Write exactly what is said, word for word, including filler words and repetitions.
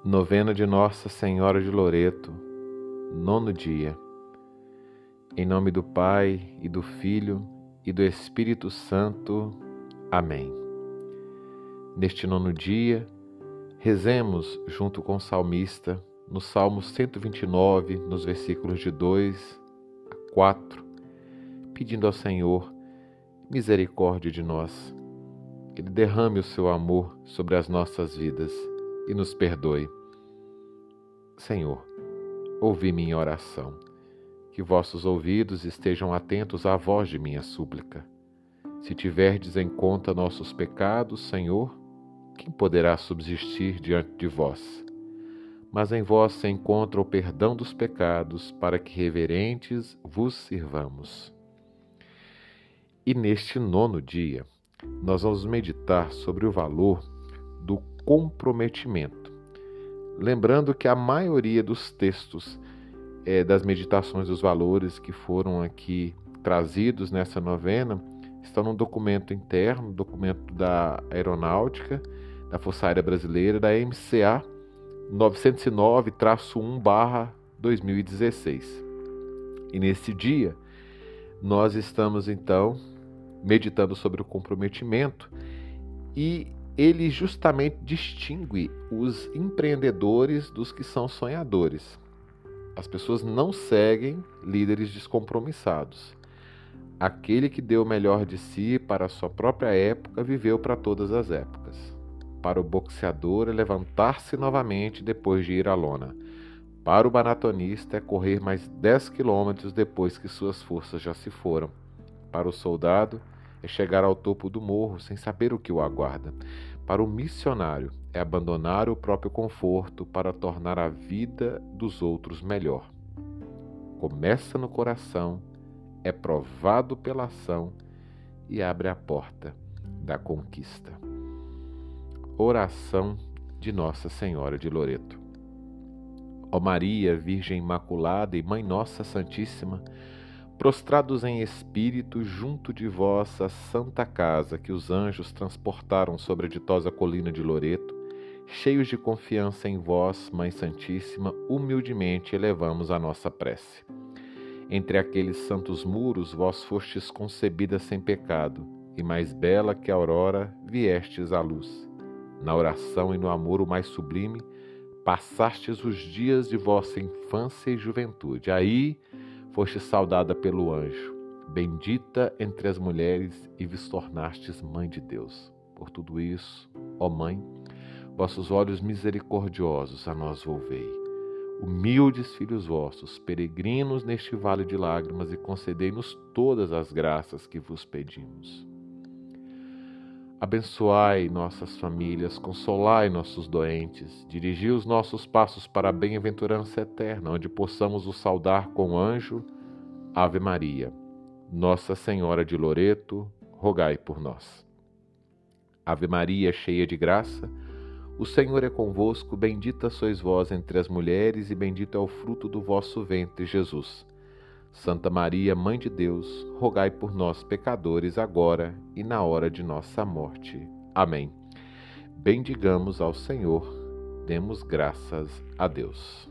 Novena de Nossa Senhora de Loreto, nono dia. Em nome do Pai, e do Filho, e do Espírito Santo. Amém. Neste nono dia, rezemos junto com o salmista, no Salmo cento e vinte e nove, nos versículos de dois a quatro, pedindo ao Senhor misericórdia de nós, que Ele derrame o seu amor sobre as nossas vidas e nos perdoe. Senhor, ouvi minha oração, que vossos ouvidos estejam atentos à voz de minha súplica. Se tiverdes em conta nossos pecados, Senhor, quem poderá subsistir diante de vós? Mas em vós se encontra o perdão dos pecados, para que reverentes vos sirvamos. E neste nono dia, nós vamos meditar sobre o valor do comprometimento. Lembrando que a maioria dos textos é, das meditações dos valores que foram aqui trazidos nessa novena estão num documento interno, documento da Aeronáutica, da Força Aérea Brasileira, da M C A novecentos e nove traço um barra dois mil e dezesseis. E nesse dia, nós estamos então meditando sobre o comprometimento, e ele justamente distingue os empreendedores dos que são sonhadores. As pessoas não seguem líderes descompromissados. Aquele que deu o melhor de si para a sua própria época viveu para todas as épocas. Para o boxeador é levantar-se novamente depois de ir à lona. Para o maratonista é correr mais dez quilômetros depois que suas forças já se foram. Para o soldado é chegar ao topo do morro sem saber o que o aguarda. Para o missionário é abandonar o próprio conforto para tornar a vida dos outros melhor. Começa no coração, é provado pela ação e abre a porta da conquista. Oração de Nossa Senhora de Loreto. Ó Maria, Virgem Imaculada e Mãe Nossa Santíssima, prostrados em espírito junto de vossa santa casa que os anjos transportaram sobre a ditosa colina de Loreto, cheios de confiança em vós, Mãe Santíssima, humildemente elevamos a nossa prece. Entre aqueles santos muros vós fostes concebida sem pecado, e mais bela que a aurora viestes à luz. Na oração e no amor o mais sublime, passastes os dias de vossa infância e juventude. Aí foste saudada pelo anjo, bendita entre as mulheres, e vos tornastes mãe de Deus. Por tudo isso, ó Mãe, vossos olhos misericordiosos a nós volvei. Humildes filhos vossos, peregrinos neste vale de lágrimas, e concedei-nos todas as graças que vos pedimos. Abençoai nossas famílias, consolai nossos doentes, dirigi os nossos passos para a bem-aventurança eterna, onde possamos os saudar com o anjo. Ave Maria, Nossa Senhora de Loreto, rogai por nós. Ave Maria, cheia de graça, o Senhor é convosco, bendita sois vós entre as mulheres, e bendito é o fruto do vosso ventre, Jesus. Santa Maria, Mãe de Deus, rogai por nós, pecadores, agora e na hora de nossa morte. Amém. Bendigamos ao Senhor, demos graças a Deus.